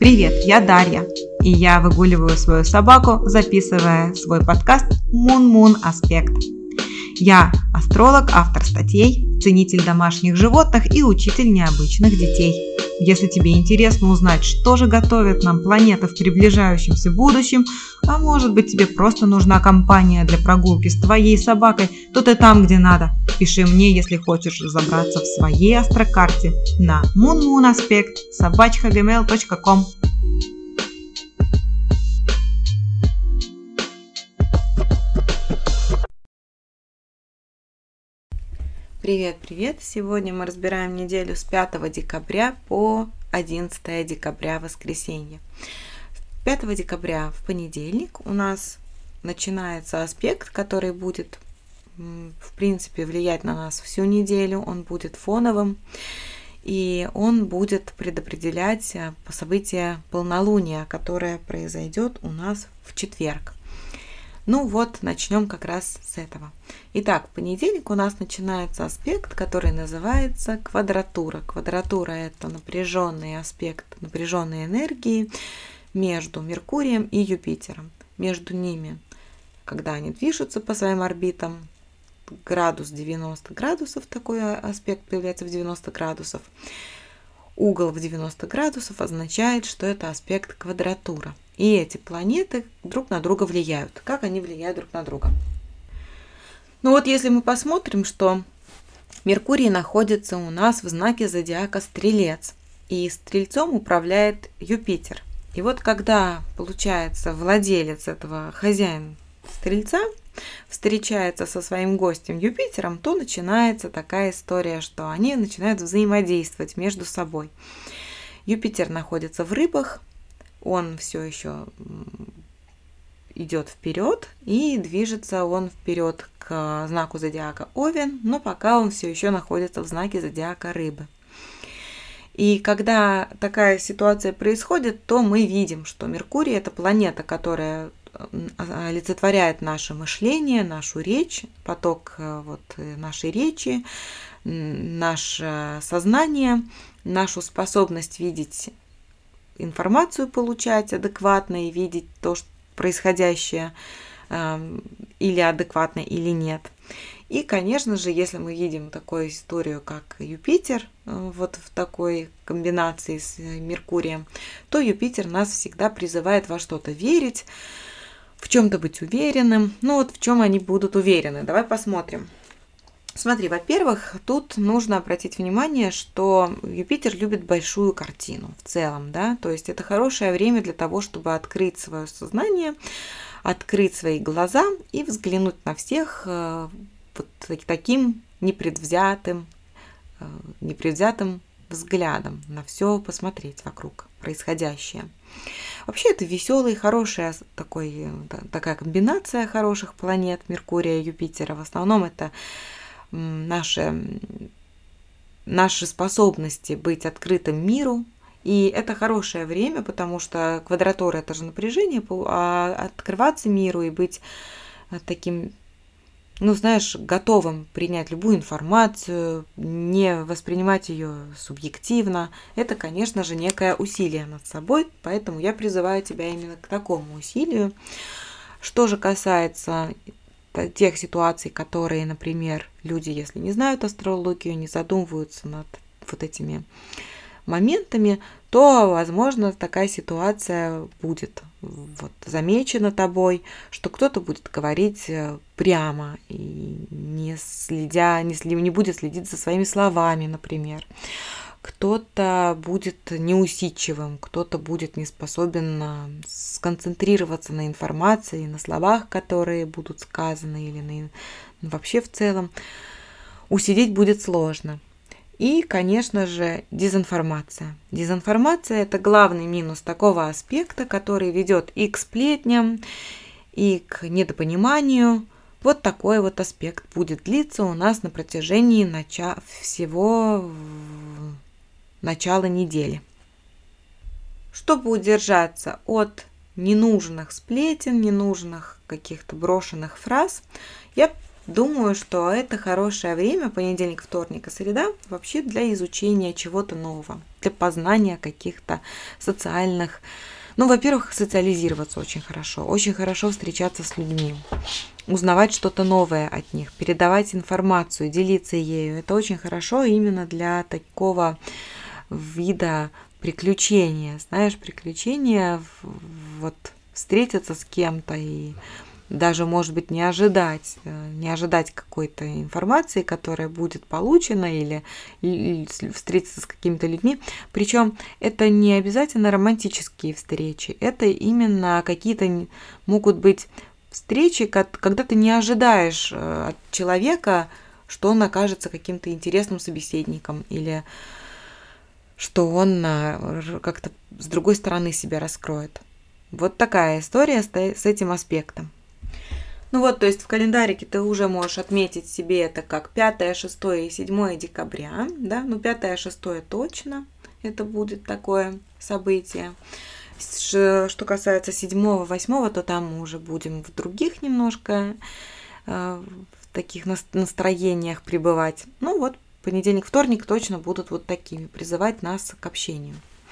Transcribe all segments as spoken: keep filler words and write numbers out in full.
Привет, я Дарья, и я выгуливаю свою собаку, записывая свой подкаст Moon Moon Аспект. Я астролог, автор статей, ценитель домашних животных и учитель необычных детей. Если тебе интересно узнать, что же готовит нам планета в приближающемся будущем, а может быть тебе просто нужна компания для прогулки с твоей собакой, то ты там, где надо. Пиши мне, если хочешь разобраться в своей астрокарте на moonmoonaspect собака джимейл точка ком. Привет-привет! Сегодня мы разбираем неделю с пятого декабря по одиннадцатое декабря, воскресенье. пятого декабря в понедельник у нас начинается аспект, который будет, в принципе, влиять на нас всю неделю. Он будет фоновым, и он будет предопределять событие полнолуния, которое произойдет у нас в четверг. Ну вот, начнем как раз с этого. Итак, в понедельник у нас начинается аспект, который называется квадратура. Квадратура – это напряженный аспект, напряженной энергии между Меркурием и Юпитером. Между ними, когда они движутся по своим орбитам, градус девяносто градусов, такой аспект появляется в девяносто градусов. Угол в девяносто градусов означает, что это аспект квадратура. И эти планеты друг на друга влияют. Как они влияют друг на друга? Ну вот если мы посмотрим, что Меркурий находится у нас в знаке зодиака Стрелец, и Стрельцом управляет Юпитер. И вот когда, получается, владелец этого, хозяин Стрельца, встречается со своим гостем Юпитером, то начинается такая история, что они начинают взаимодействовать между собой. Юпитер находится в Рыбах, он все еще идет вперед, и движется он вперед к знаку зодиака Овен, но пока он все еще находится в знаке зодиака Рыбы. И когда такая ситуация происходит, то мы видим, что Меркурий – это планета, которая олицетворяет наше мышление, нашу речь, поток вот нашей речи, наше сознание, нашу способность видеть информацию, получать адекватно и видеть то, что происходящее или адекватно, или нет. И, конечно же, если мы видим такую историю, как Юпитер, вот в такой комбинации с Меркурием, то Юпитер нас всегда призывает во что-то верить, в чем-то быть уверенным. Ну вот в чем они будут уверены. Давай посмотрим. Смотри, во-первых, тут нужно обратить внимание, что Юпитер любит большую картину в целом, да, то есть это хорошее время для того, чтобы открыть свое сознание, открыть свои глаза и взглянуть на всех вот таким непредвзятым, непредвзятым взглядом, на все посмотреть вокруг происходящее. Вообще это веселый, хорошая такой, такая комбинация хороших планет Меркурия и Юпитера. В основном это наши, наши способности быть открытым миру. И это хорошее время, потому что квадратура – это же напряжение, а открываться миру и быть таким, ну, знаешь, готовым принять любую информацию, не воспринимать ее субъективно, это, конечно же, некое усилие над собой, поэтому я призываю тебя именно к такому усилию. Что же касается тех ситуаций, которые, например, люди, если не знают астрологию, не задумываются над вот этими моментами, то, возможно, такая ситуация будет вот замечена тобой, что кто-то будет говорить прямо и не следя, не, след, не будет следить за своими словами, например. Кто-то будет неусидчивым, кто-то будет не способен сконцентрироваться на информации, на словах, которые будут сказаны, или на, вообще в целом. Усидеть будет сложно. И, конечно же, дезинформация. Дезинформация – это главный минус такого аспекта, который ведет и к сплетням, и к недопониманию. Вот такой вот аспект будет длиться у нас на протяжении начала, всего начала недели. Чтобы удержаться от ненужных сплетен, ненужных каких-то брошенных фраз, я думаю, что это хорошее время, понедельник, вторник и среда, вообще для изучения чего-то нового, для познания каких-то социальных. Ну, во-первых, социализироваться очень хорошо, очень хорошо встречаться с людьми, узнавать что-то новое от них, передавать информацию, делиться ею. Это очень хорошо именно для такого вида приключения. Знаешь, приключения, вот встретиться с кем-то и даже, может быть, не ожидать, не ожидать какой-то информации, которая будет получена, или, или встретиться с какими-то людьми. Причем это не обязательно романтические встречи, это именно какие-то могут быть встречи, когда ты не ожидаешь от человека, что он окажется каким-то интересным собеседником, или что он как-то с другой стороны себя раскроет. Вот такая история с этим аспектом. Ну вот, то есть в календарике ты уже можешь отметить себе это как пятое, шестое и седьмое декабря, да, ну пятое, шестое точно, это будет такое событие. Что касается седьмого, восьмого, то там мы уже будем в других немножко э, в таких настроениях пребывать. Ну вот, понедельник, вторник точно будут вот такими, призывать нас к общению.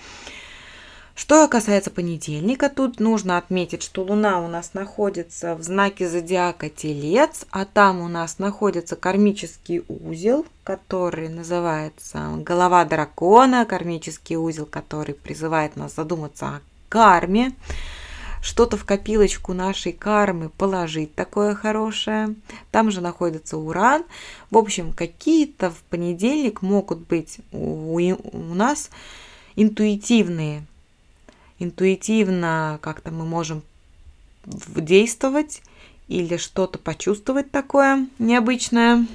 Что касается понедельника, тут нужно отметить, что Луна у нас находится в знаке зодиака Телец, а там у нас находится кармический узел, который называется голова дракона, кармический узел, который призывает нас задуматься о карме, что-то в копилочку нашей кармы положить такое хорошее. Там же находится Уран. В общем, какие-то в понедельник могут быть у, у нас интуитивные Интуитивно как-то мы можем действовать или что-то почувствовать такое необычное.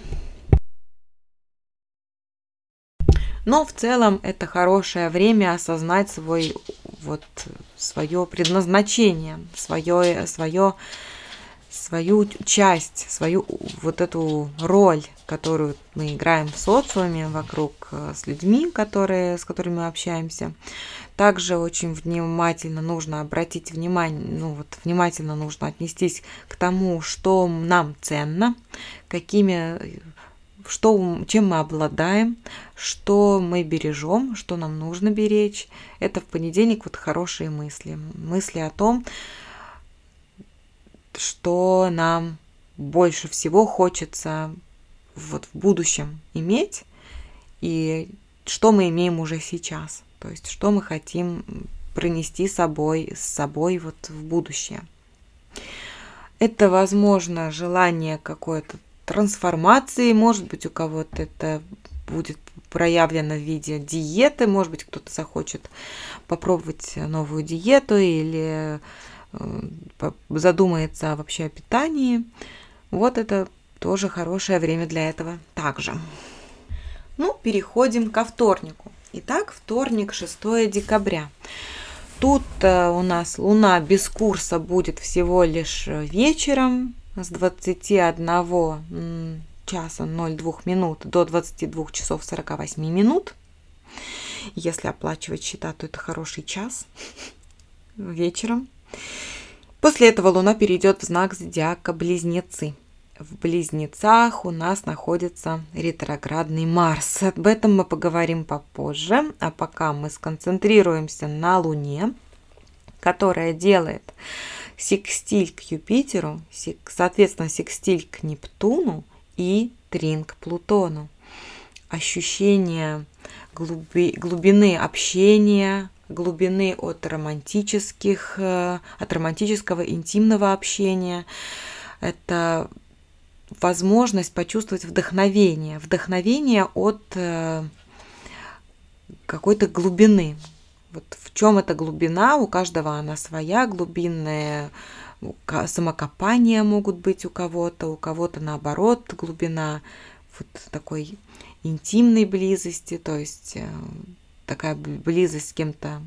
Но в целом это хорошее время осознать свой, вот, свое предназначение, свое, свое, свою часть, свою вот эту роль, которую мы играем в социуме вокруг с людьми, которые, с которыми мы общаемся. Также очень внимательно нужно обратить внимание, ну вот внимательно нужно отнестись к тому, что нам ценно, какими, что, чем мы обладаем, что мы бережем, что нам нужно беречь. Это в понедельник вот хорошие мысли. Мысли о том, что нам больше всего хочется вот в будущем иметь и что мы имеем уже сейчас. То есть, что мы хотим пронести с собой, с собой вот в будущее. Это, возможно, желание какой-то трансформации. Может быть, у кого-то это будет проявлено в виде диеты. Может быть, кто-то захочет попробовать новую диету или задумается вообще о питании. Вот это тоже хорошее время для этого также. Ну, переходим ко вторнику. Итак, вторник, шестое декабря. Тут э, у нас Луна без курса будет всего лишь вечером с двадцати одного часа ноль два минут до двадцати двух часов сорока восьми минут. Если оплачивать счета, то это хороший час вечером. После этого Луна перейдет в знак зодиака Близнецы. В Близнецах у нас находится ретроградный Марс. Об этом мы поговорим попозже. А пока мы сконцентрируемся на Луне, которая делает секстиль к Юпитеру, соответственно, секстиль к Нептуну и трин к Плутону. Ощущение глуби, глубины общения, глубины от романтических, от романтического интимного общения. Это возможность почувствовать вдохновение, вдохновение от э, какой-то глубины. Вот в чем эта глубина? У каждого она своя, глубинная, самокопания могут быть у кого-то, у кого-то наоборот глубина вот такой интимной близости, то есть э, такая близость с кем-то,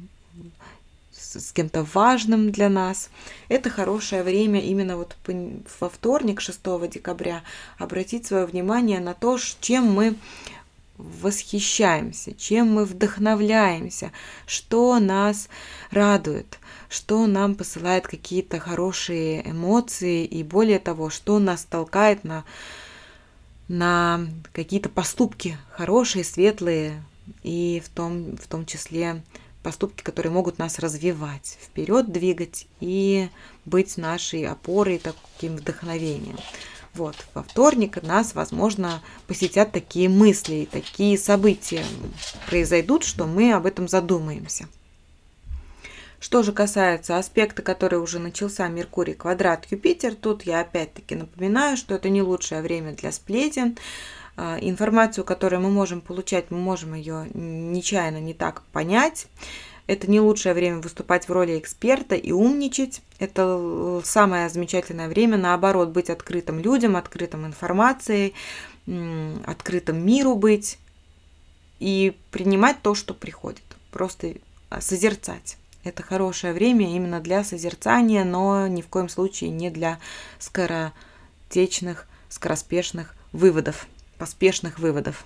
с кем-то важным для нас. Это хорошее время именно вот во вторник, шестого декабря, обратить свое внимание на то, чем мы восхищаемся, чем мы вдохновляемся, что нас радует, что нам посылает какие-то хорошие эмоции и, более того, что нас толкает на, на какие-то поступки хорошие, светлые и в том, в том числе поступки, которые могут нас развивать, вперед двигать и быть нашей опорой, таким вдохновением. Вот, во вторник нас, возможно, посетят такие мысли, такие события произойдут, что мы об этом задумаемся. Что же касается аспекта, который уже начался, Меркурий квадрат Юпитер, тут я опять-таки напоминаю, что это не лучшее время для сплетен. Информацию, которую мы можем получать, мы можем ее нечаянно не так понять. Это не лучшее время выступать в роли эксперта и умничать. Это самое замечательное время, наоборот, быть открытым людям, открытым информацией, открытым миру быть и принимать то, что приходит. Просто созерцать. Это хорошее время именно для созерцания, но ни в коем случае не для скоротечных, скороспешных выводов. Поспешных выводов.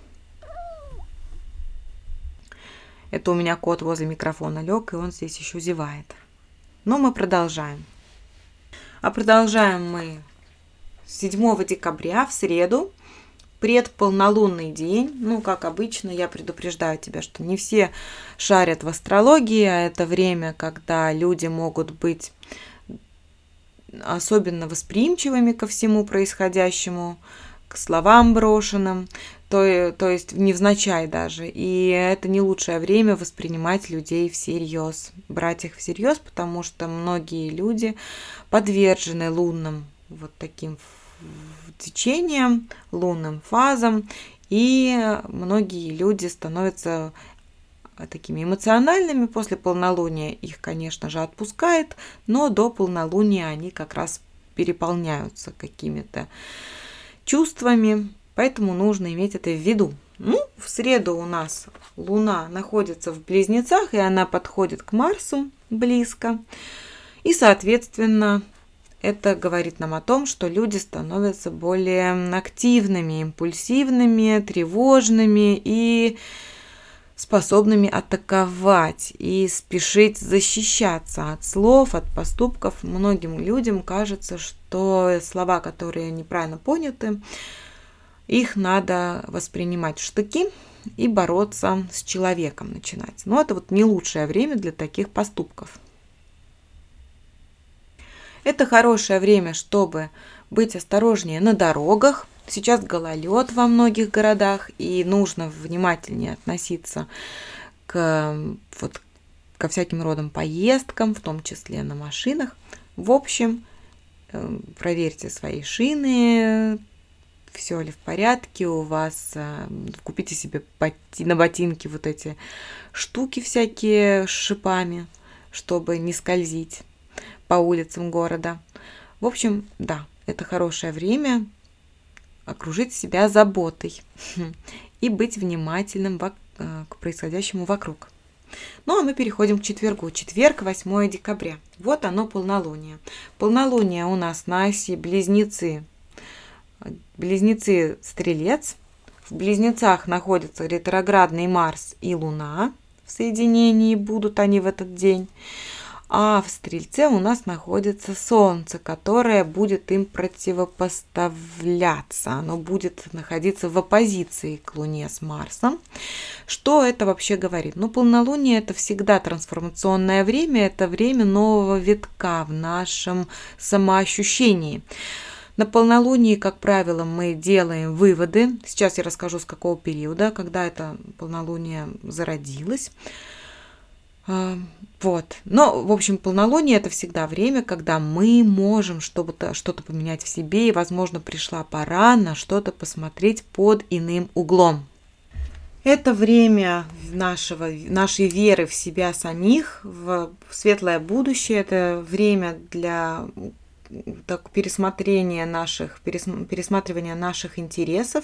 Это у меня кот возле микрофона лег, и он здесь еще зевает. Но мы продолжаем. А продолжаем мы седьмого декабря в среду, предполнолунный день. Ну, как обычно, я предупреждаю тебя, что не все шарят в астрологии, а это время, когда люди могут быть особенно восприимчивыми ко всему происходящему, к словам брошенным, то, то есть невзначай даже. И это не лучшее время воспринимать людей всерьез, брать их всерьез, потому что многие люди подвержены лунным вот таким течениям, лунным фазам, и многие люди становятся такими эмоциональными. После полнолуния их, конечно же, отпускает, но до полнолуния они как раз переполняются какими-то чувствами, поэтому нужно иметь это в виду. Ну, в среду у нас Луна находится в Близнецах, и она подходит к Марсу близко. И, соответственно, это говорит нам о том, что люди становятся более активными, импульсивными, тревожными и способными атаковать и спешить защищаться от слов, от поступков. Многим людям кажется, что слова, которые неправильно поняты, их надо воспринимать в штыки и бороться с человеком начинать. Но это вот не лучшее время для таких поступков. Это хорошее время, чтобы быть осторожнее на дорогах. Сейчас гололед во многих городах, и нужно внимательнее относиться к, вот, ко всяким родам поездкам, в том числе на машинах. В общем, проверьте свои шины, все ли в порядке у вас. Купите себе на ботинки вот эти штуки всякие с шипами, чтобы не скользить по улицам города. В общем, да, это хорошее время окружить себя заботой и быть внимательным к происходящему вокруг. Ну, а мы переходим к четвергу. Четверг, восьмого декабря. Вот оно, полнолуние. Полнолуние у нас на оси Близнецы. Близнецы Стрелец. В Близнецах находятся ретроградный Марс и Луна. В соединении будут они в этот день. А в Стрельце у нас находится Солнце, которое будет им противопоставляться. Оно будет находиться в оппозиции к Луне с Марсом. Что это вообще говорит? Ну, полнолуние – это всегда трансформационное время, это время нового витка в нашем самоощущении. На полнолунии, как правило, мы делаем выводы. Сейчас я расскажу, с какого периода, когда это полнолуние зародилось. Вот. Но, в общем, полнолуние – это всегда время, когда мы можем что-то, что-то поменять в себе, и, возможно, пришла пора на что-то посмотреть под иным углом. Это время нашего, нашей веры в себя самих, в светлое будущее. Это время для так, пересмотрения наших, пересматривания наших интересов.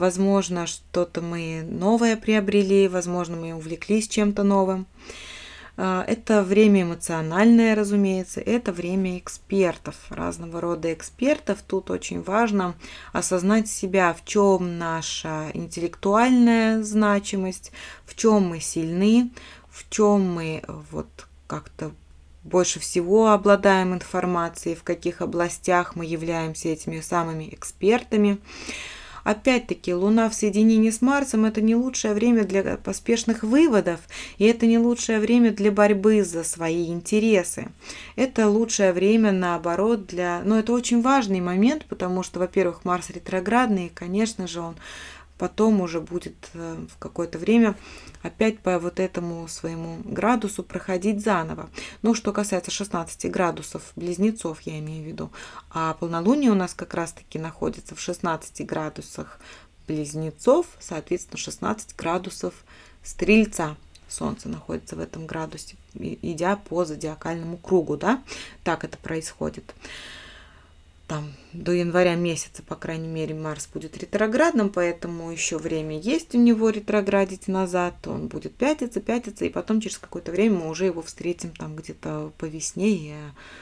Возможно, что-то мы новое приобрели, возможно, мы увлеклись чем-то новым. Это время эмоциональное, разумеется, это время экспертов, разного рода экспертов. Тут очень важно осознать себя, в чем наша интеллектуальная значимость, в чем мы сильны, в чем мы вот как-то больше всего обладаем информацией, в каких областях мы являемся этими самыми экспертами. Опять-таки, Луна в соединении с Марсом – это не лучшее время для поспешных выводов, и это не лучшее время для борьбы за свои интересы. Это лучшее время, наоборот, для… Но это очень важный момент, потому что, во-первых, Марс ретроградный, и, конечно же, он потом уже будет в какое-то время опять по вот этому своему градусу проходить заново. Ну, что касается шестнадцати градусов Близнецов, я имею в виду, а полнолуние у нас как раз-таки находится в шестнадцати градусах Близнецов, соответственно, шестнадцать градусов Стрельца. Солнце находится в этом градусе, идя по зодиакальному кругу, да, так это происходит. Там до января месяца, по крайней мере, Марс будет ретроградным, поэтому еще время есть у него ретроградить назад, он будет пятиться, пятиться, и потом через какое-то время мы уже его встретим там где-то по весне, и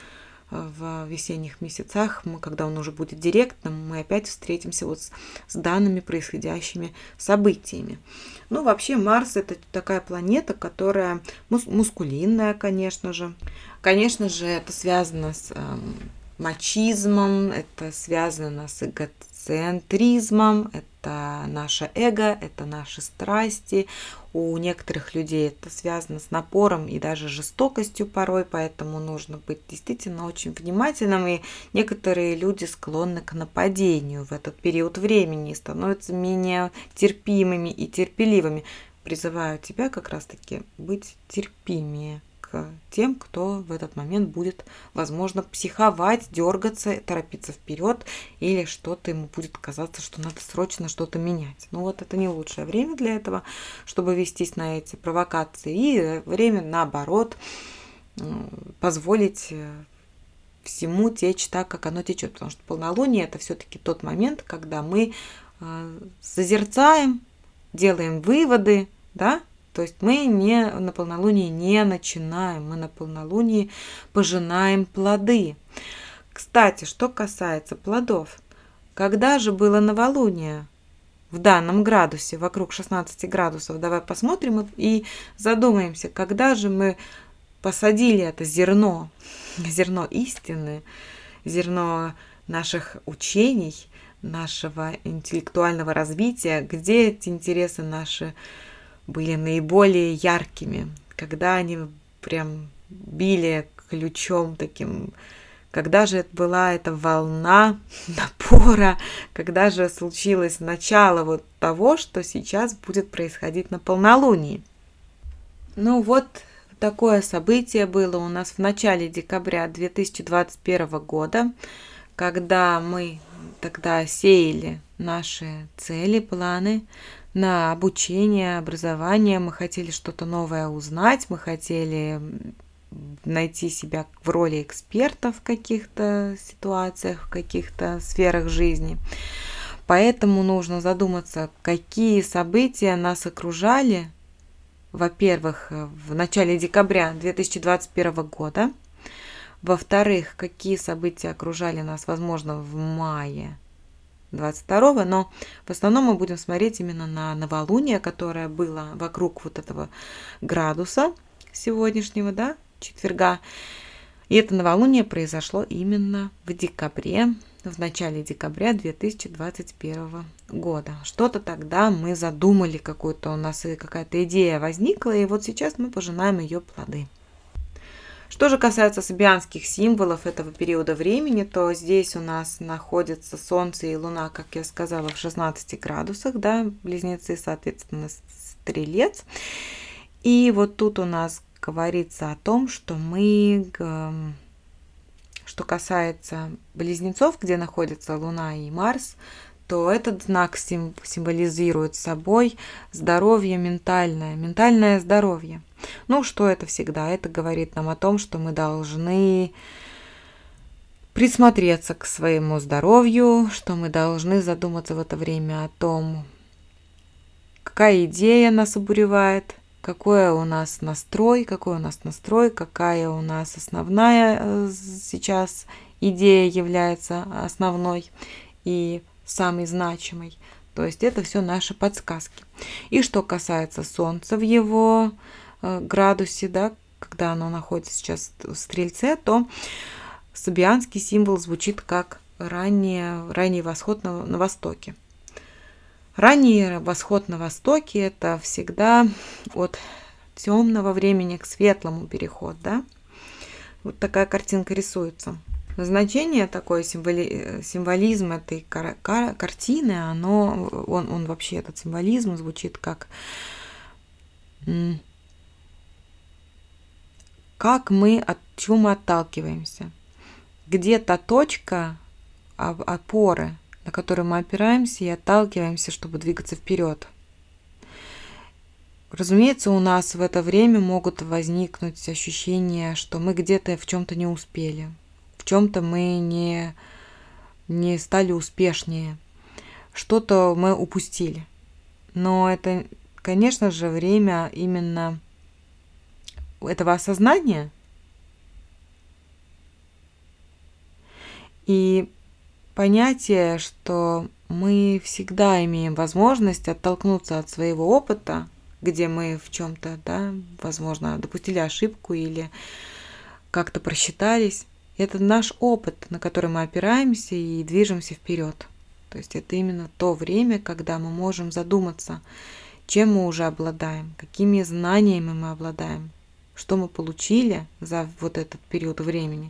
в весенних месяцах, мы, когда он уже будет директным, мы опять встретимся вот с, с данными происходящими событиями. Ну, вообще, Марс – это такая планета, которая мус- мускулинная, конечно же. Конечно же, это связано с мачизмом, это связано с эгоцентризмом, это наше эго, это наши страсти. У некоторых людей это связано с напором и даже жестокостью порой, поэтому нужно быть действительно очень внимательным. И некоторые люди склонны к нападению в этот период времени и становятся менее терпимыми и терпеливыми. Призываю тебя как раз-таки быть терпимее тем, кто в этот момент будет, возможно, психовать, дергаться, торопиться вперед, или что-то ему будет казаться, что надо срочно что-то менять. Ну вот это не лучшее время для этого, чтобы вестись на эти провокации, и время, наоборот, позволить всему течь так, как оно течет, потому что полнолуние – это все-таки тот момент, когда мы созерцаем, делаем выводы, да. То есть мы не, на полнолунии не начинаем, мы на полнолунии пожинаем плоды. Кстати, что касается плодов, когда же было новолуние в данном градусе, вокруг шестнадцати градусов, давай посмотрим и задумаемся, когда же мы посадили это зерно, зерно истины, зерно наших учений, нашего интеллектуального развития, где эти интересы наши были наиболее яркими, когда они прям били ключом таким, когда же была эта волна напора, когда же случилось начало вот того, что сейчас будет происходить на полнолунии. Ну вот такое событие было у нас в начале декабря две тысячи двадцать первого года, когда мы тогда сеяли наши цели, планы на обучение, образование, мы хотели что-то новое узнать, мы хотели найти себя в роли эксперта в каких-то ситуациях, в каких-то сферах жизни. Поэтому нужно задуматься, какие события нас окружали, во-первых, в начале декабря две тысячи двадцать первого года, во-вторых, какие события окружали нас, возможно, в мае двадцать второго, но в основном мы будем смотреть именно на новолуние, которое было вокруг вот этого градуса сегодняшнего, да, четверга. И это новолуние произошло именно в декабре, в начале декабря две тысячи двадцать первого года. Что-то тогда мы задумали, какую-то у нас какая-то идея возникла, и вот сейчас мы пожинаем ее плоды. Что же касается сабианских символов этого периода времени, то здесь у нас находятся Солнце и Луна, как я сказала, в шестнадцати градусах, да, Близнецы, соответственно, Стрелец. И вот тут у нас говорится о том, что мы, что касается Близнецов, где находятся Луна и Марс, то этот знак символизирует собой здоровье ментальное, ментальное здоровье. Ну, что это всегда? Это говорит нам о том, что мы должны присмотреться к своему здоровью, что мы должны задуматься в это время о том, какая идея нас обуревает, какой у нас настрой, какой у нас настрой, какая у нас основная сейчас идея является основной и самой значимой. То есть это все наши подсказки. И что касается Солнца в его градусе, да, когда оно находится сейчас в Стрельце, то сабианский символ звучит как ранее, ранний восход на, на востоке. Ранний восход на востоке – это всегда от темного времени к светлому переход, да? Вот такая картинка рисуется. Значение такой символи, символизм этой кар, кар, картины, оно, он, он вообще, этот символизм звучит как, как мы, от чего мы отталкиваемся. Где та точка опоры, на которую мы опираемся и отталкиваемся, чтобы двигаться вперед. Разумеется, у нас в это время могут возникнуть ощущения, что мы где-то в чем-то не успели, в чем-то мы не, не стали успешнее, что-то мы упустили. Но это, конечно же, время именно этого осознания. И понятие, что мы всегда имеем возможность оттолкнуться от своего опыта, где мы в чем-то, да, возможно, допустили ошибку или как-то просчитались. Это наш опыт, на который мы опираемся и движемся вперед. То есть это именно то время, когда мы можем задуматься, чем мы уже обладаем, какими знаниями мы обладаем, что мы получили за вот этот период времени.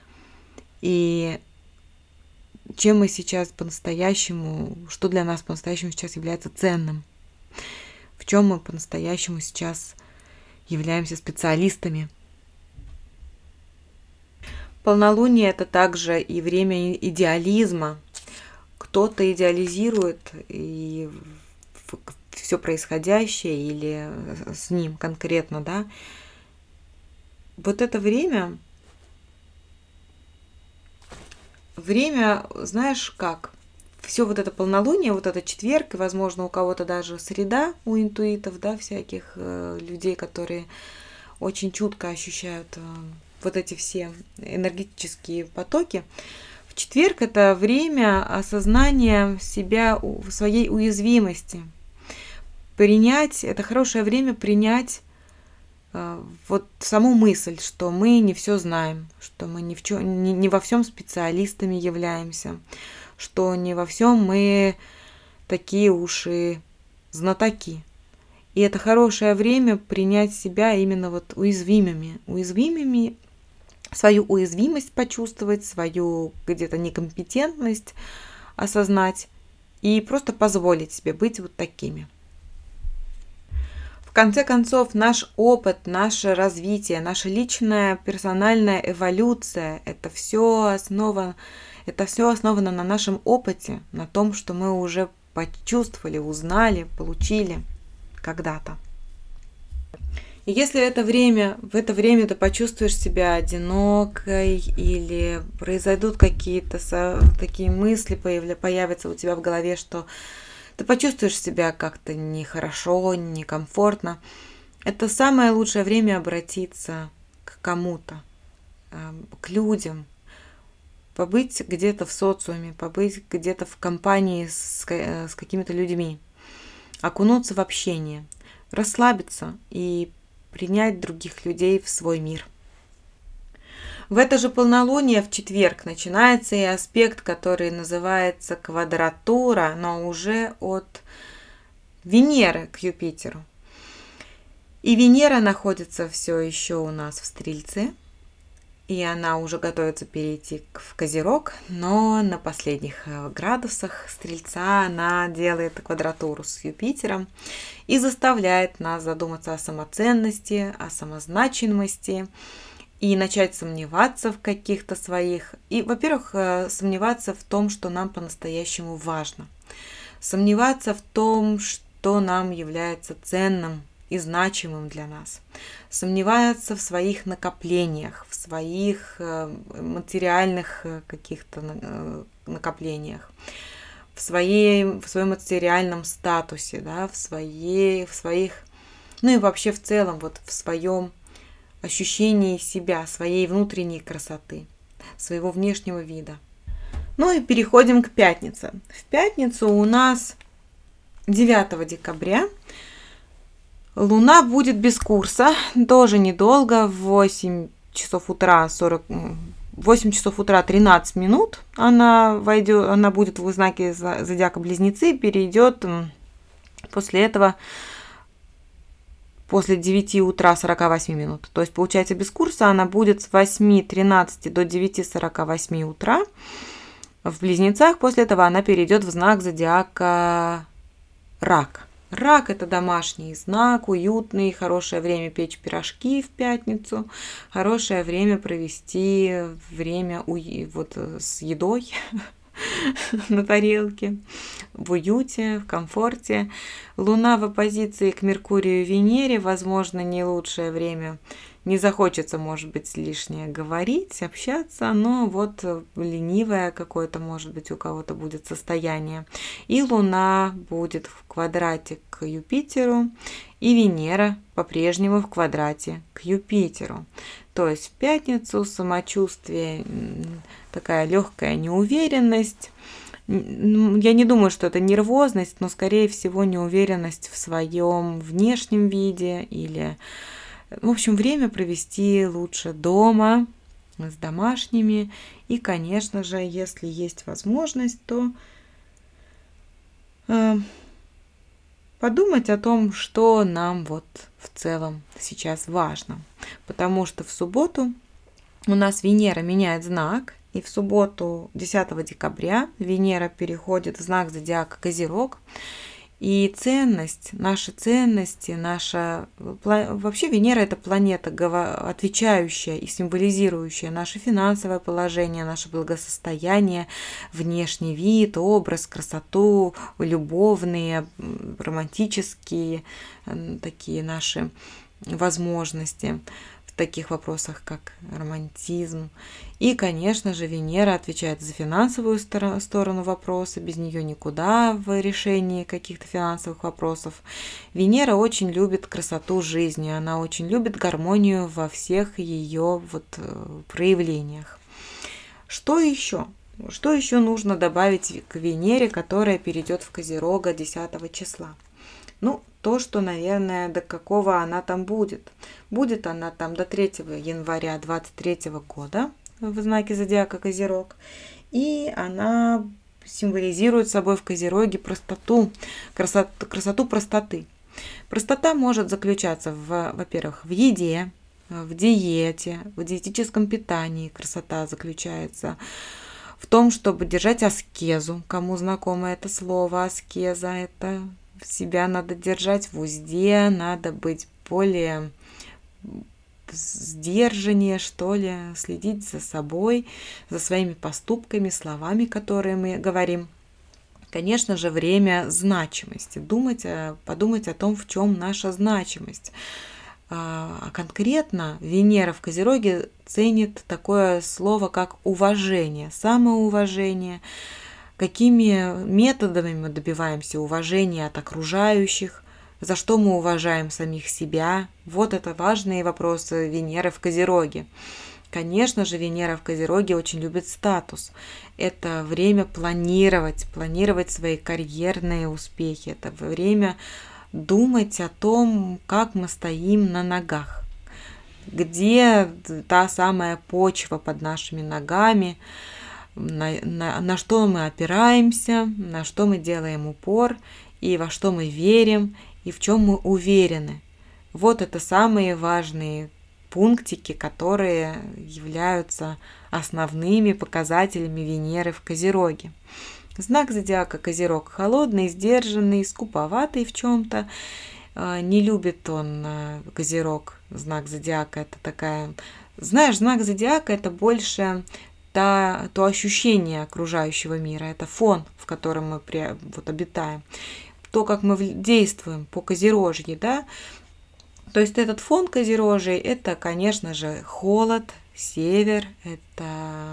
И чем мы сейчас по-настоящему, что для нас по-настоящему сейчас является ценным, в чем мы по-настоящему сейчас являемся специалистами. Полнолуние – это также и время идеализма. Кто-то идеализирует и все происходящее или с ним конкретно, да. Вот это время, время, знаешь как, все вот это полнолуние, вот это четверг, и, возможно, у кого-то даже среда, у интуитов, да, всяких э, людей, которые очень чутко ощущают э, вот эти все энергетические потоки. В четверг это время осознания себя, своей уязвимости. Принять, это хорошее время принять э, вот саму мысль, что мы не все знаем, что мы не, в чё, не, не во всем специалистами являемся, что не во всем мы такие уж и знатоки. И это хорошее время принять себя именно вот уязвимыми, уязвимыми, свою уязвимость почувствовать, свою где-то некомпетентность осознать и просто позволить себе быть вот такими. В конце концов, наш опыт, наше развитие, наша личная персональная эволюция – это все основано, это все основано на нашем опыте, на том, что мы уже почувствовали, узнали, получили когда-то. И если это время, в это время ты почувствуешь себя одинокой или произойдут какие-то со, такие мысли, появля, появятся у тебя в голове, что ты почувствуешь себя как-то нехорошо, некомфортно, это самое лучшее время обратиться к кому-то, к людям, побыть где-то в социуме, побыть где-то в компании с, с какими-то людьми, окунуться в общение, расслабиться и принять других людей в свой мир. В это же полнолуние в четверг начинается и аспект, который называется квадратура, но уже от Венеры к Юпитеру. И Венера находится все еще у нас в Стрельце, и она уже готовится перейти в Козерог, но на последних градусах Стрельца она делает квадратуру с Юпитером и заставляет нас задуматься о самоценности, о самозначимости и начать сомневаться в каких-то своих. И, во-первых, сомневаться в том, что нам по-настоящему важно. Сомневаться в том, что нам является ценным и значимым для нас. Сомневаться в своих накоплениях, в своих материальных каких-то накоплениях, в, своей, в своем материальном статусе, да, в, своей, в своих Ну и вообще в целом вот в своем ощущении себя, своей внутренней красоты, своего внешнего вида. Ну и переходим к пятнице. В пятницу у нас девятого декабря Луна будет без курса, тоже недолго, в восемь часов утра сорок, восемь часов утра тринадцать минут она войдет, она будет в знаке зодиака Близнецы, перейдет после этого после девяти утра сорока восьми минут. То есть, получается, без курса она будет с восьми тринадцати до девяти сорока восьми утра в Близнецах. После этого она перейдет в знак зодиака Рак. Рак – это домашний знак, уютный, хорошее время печь пирожки в пятницу, хорошее время провести время у... вот с едой на тарелке, в уюте, в комфорте. Луна в оппозиции к Меркурию и Венере, возможно, не лучшее время. Не захочется, может быть, лишнее говорить, общаться, но вот ленивое какое-то, может быть, у кого-то будет состояние. И Луна будет в квадрате к Юпитеру, и Венера по-прежнему в квадрате к Юпитеру. То есть в пятницу самочувствие, такая легкая неуверенность. Я не думаю, что это нервозность, но, скорее всего, неуверенность в своем внешнем виде или... В общем, время провести лучше дома, с домашними. И, конечно же, если есть возможность, то э, подумать о том, что нам вот в целом сейчас важно. Потому что в субботу у нас Венера меняет знак. И в субботу, десятого декабря, Венера переходит в знак зодиака Козерог. И ценность, наши ценности, наша... Вообще Венера – это планета, отвечающая и символизирующая наше финансовое положение, наше благосостояние, внешний вид, образ, красоту, любовные, романтические такие наши возможности в таких вопросах, как романтизм. И, конечно же, Венера отвечает за финансовую сторону вопроса, без нее никуда в решении каких-то финансовых вопросов. Венера очень любит красоту жизни, она очень любит гармонию во всех ее вот проявлениях. Что еще? Что еще нужно добавить к Венере, которая перейдет в Козерога десятого числа? Ну, то, что, наверное, до какого она там будет. Будет она там до третьего января двадцать третьего года в знаке зодиака Козерог. И она символизирует собой в Козероге простоту, красоту, красоту простоты. Простота может заключаться, в, во-первых, в еде, в диете, в диетическом питании. Красота заключается в том, чтобы держать аскезу. Кому знакомо это слово аскеза, это... Себя надо держать в узде, надо быть более сдержаннее, что ли, следить за собой, за своими поступками, словами, которые мы говорим. Конечно же, время значимости. Думать, подумать о том, в чем наша значимость. А конкретно Венера в Козероге ценит такое слово, как уважение, самоуважение. Какими методами мы добиваемся уважения от окружающих, за что мы уважаем самих себя. Вот это важные вопросы Венеры в Козероге. Конечно же, Венера в Козероге очень любит статус. Это время планировать, планировать свои карьерные успехи. Это время думать о том, как мы стоим на ногах, где та самая почва под нашими ногами, На, на, на что мы опираемся, на что мы делаем упор, и во что мы верим, и в чем мы уверены. Вот это самые важные пунктики, которые являются основными показателями Венеры в Козероге. Знак зодиака Козерог холодный, сдержанный, скуповатый в чем-то. Не любит он Козерог, знак зодиака. Это такая... Знаешь, знак зодиака это больше... То, то ощущение окружающего мира, это фон, в котором мы при, вот, обитаем, то, как мы действуем по Козерожье, да, то есть этот фон Козерожий, это, конечно же, холод, север, это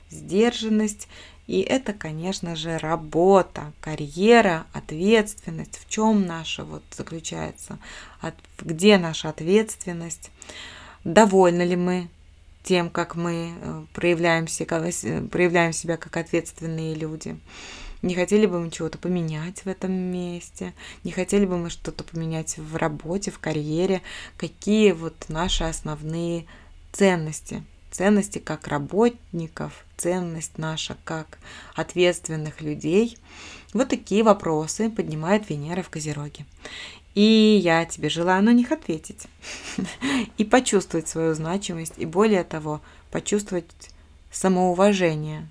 сдержанность. И это, конечно же, работа, карьера, ответственность. В чем наша вот заключается? От, где наша ответственность? Довольны ли мы тем, как мы проявляемся, проявляем себя как ответственные люди? Не хотели бы мы чего-то поменять в этом месте? Не хотели бы мы что-то поменять в работе, в карьере? Какие вот наши основные ценности? Ценности как работников, ценность наша как ответственных людей. Вот такие вопросы поднимает Венера в Козероге. И я тебе желаю на них ответить. И почувствовать свою значимость. И более того, почувствовать самоуважение.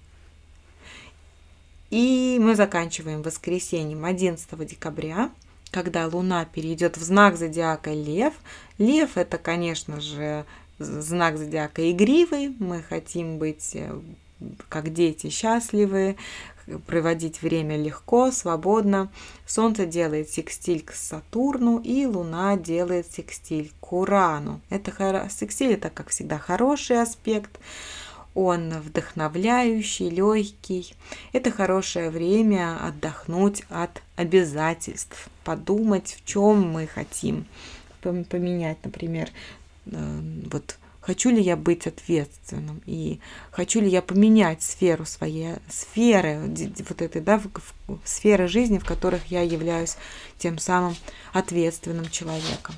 И мы заканчиваем воскресеньем одиннадцатого декабря, когда Луна перейдет в знак зодиака Лев. Лев – это, конечно же, знак зодиака игривый. Мы хотим быть, как дети, счастливы, проводить время легко, свободно. Солнце делает секстиль к Сатурну, и Луна делает секстиль к Урану. Это секстиль – это, как всегда, хороший аспект. Он вдохновляющий, легкий. Это хорошее время отдохнуть от обязательств, подумать, в чем мы хотим поменять, например, вот хочу ли я быть ответственным и хочу ли я поменять сферу своей сферы, вот этой, да, сферы жизни, в которых я являюсь тем самым ответственным человеком.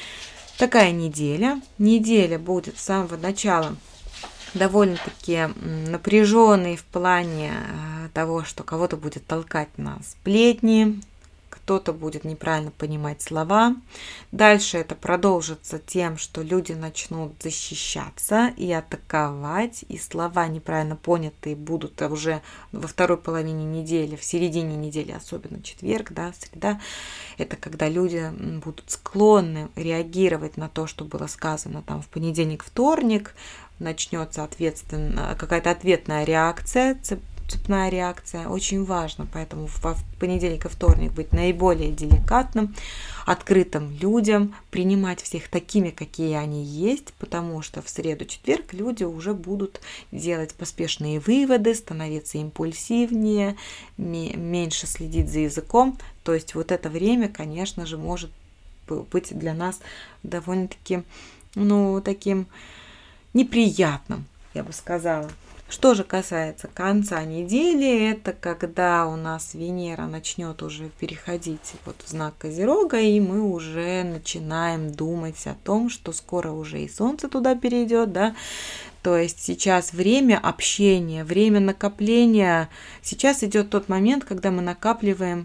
Такая неделя. Неделя будет с самого начала довольно-таки напряженный в плане того, что кого-то будет толкать на сплетни, кто-то будет неправильно понимать слова. Дальше это продолжится тем, что люди начнут защищаться и атаковать, и слова неправильно понятые будут уже во второй половине недели, в середине недели, особенно четверг, да, среда. Это когда люди будут склонны реагировать на то, что было сказано там в понедельник, вторник, начнется ответственно, какая-то ответная реакция, цепная реакция. Очень важно, поэтому в понедельник и вторник быть наиболее деликатным, открытым людям, принимать всех такими, какие они есть, потому что в среду-четверг люди уже будут делать поспешные выводы, становиться импульсивнее, меньше следить за языком. То есть вот это время, конечно же, может быть для нас довольно-таки, ну, таким неприятным, я бы сказала. Что же касается конца недели, это когда у нас Венера начнет уже переходить вот в знак Козерога, и мы уже начинаем думать о том, что скоро уже и Солнце туда перейдет, да. То есть сейчас время общения, время накопления. Сейчас идет тот момент, когда мы накапливаем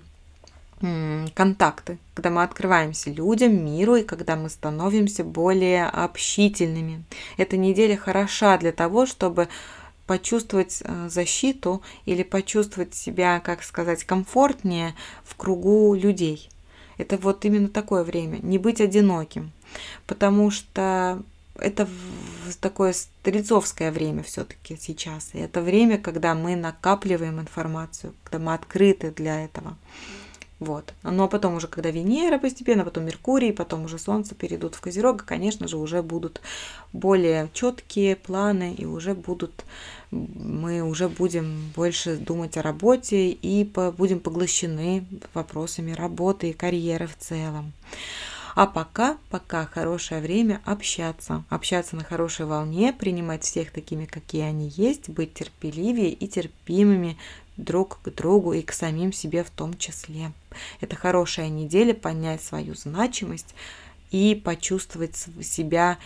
контакты, когда мы открываемся людям, миру, и когда мы становимся более общительными. Эта неделя хороша для того, чтобы почувствовать защиту или почувствовать себя, как сказать, комфортнее в кругу людей. Это вот именно такое время, не быть одиноким, потому что это такое стрельцовское время все-таки сейчас. И это время, когда мы накапливаем информацию, когда мы открыты для этого. Вот. Ну а потом уже, когда Венера постепенно, потом Меркурий, потом уже Солнце перейдут в Козерог, конечно же, уже будут более четкие планы, и уже будут, мы уже будем больше думать о работе и по, будем поглощены вопросами работы и карьеры в целом. А пока, пока хорошее время общаться, общаться на хорошей волне, принимать всех такими, какие они есть, быть терпеливее и терпимыми друг к другу и к самим себе в том числе. Это хорошая неделя, понять свою значимость и почувствовать себя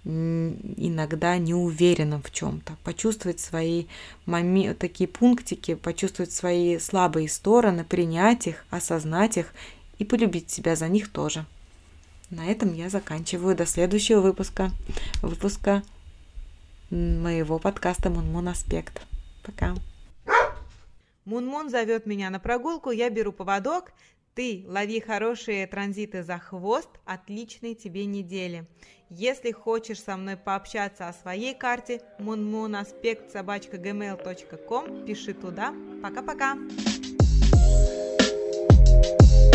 иногда неуверенным в чем-то, почувствовать свои моменты, такие пунктики, почувствовать свои слабые стороны, принять их, осознать их и полюбить себя за них тоже. На этом я заканчиваю. До следующего выпуска, выпуска моего подкаста «Мун-Мун Аспект». Пока. Мун-Мун зовет меня на прогулку, я беру поводок. Ты лови хорошие транзиты за хвост. Отличной тебе недели. Если хочешь со мной пообщаться о своей карте, мун-мун-аспект собака джимейл точка ком, пиши туда. Пока-пока.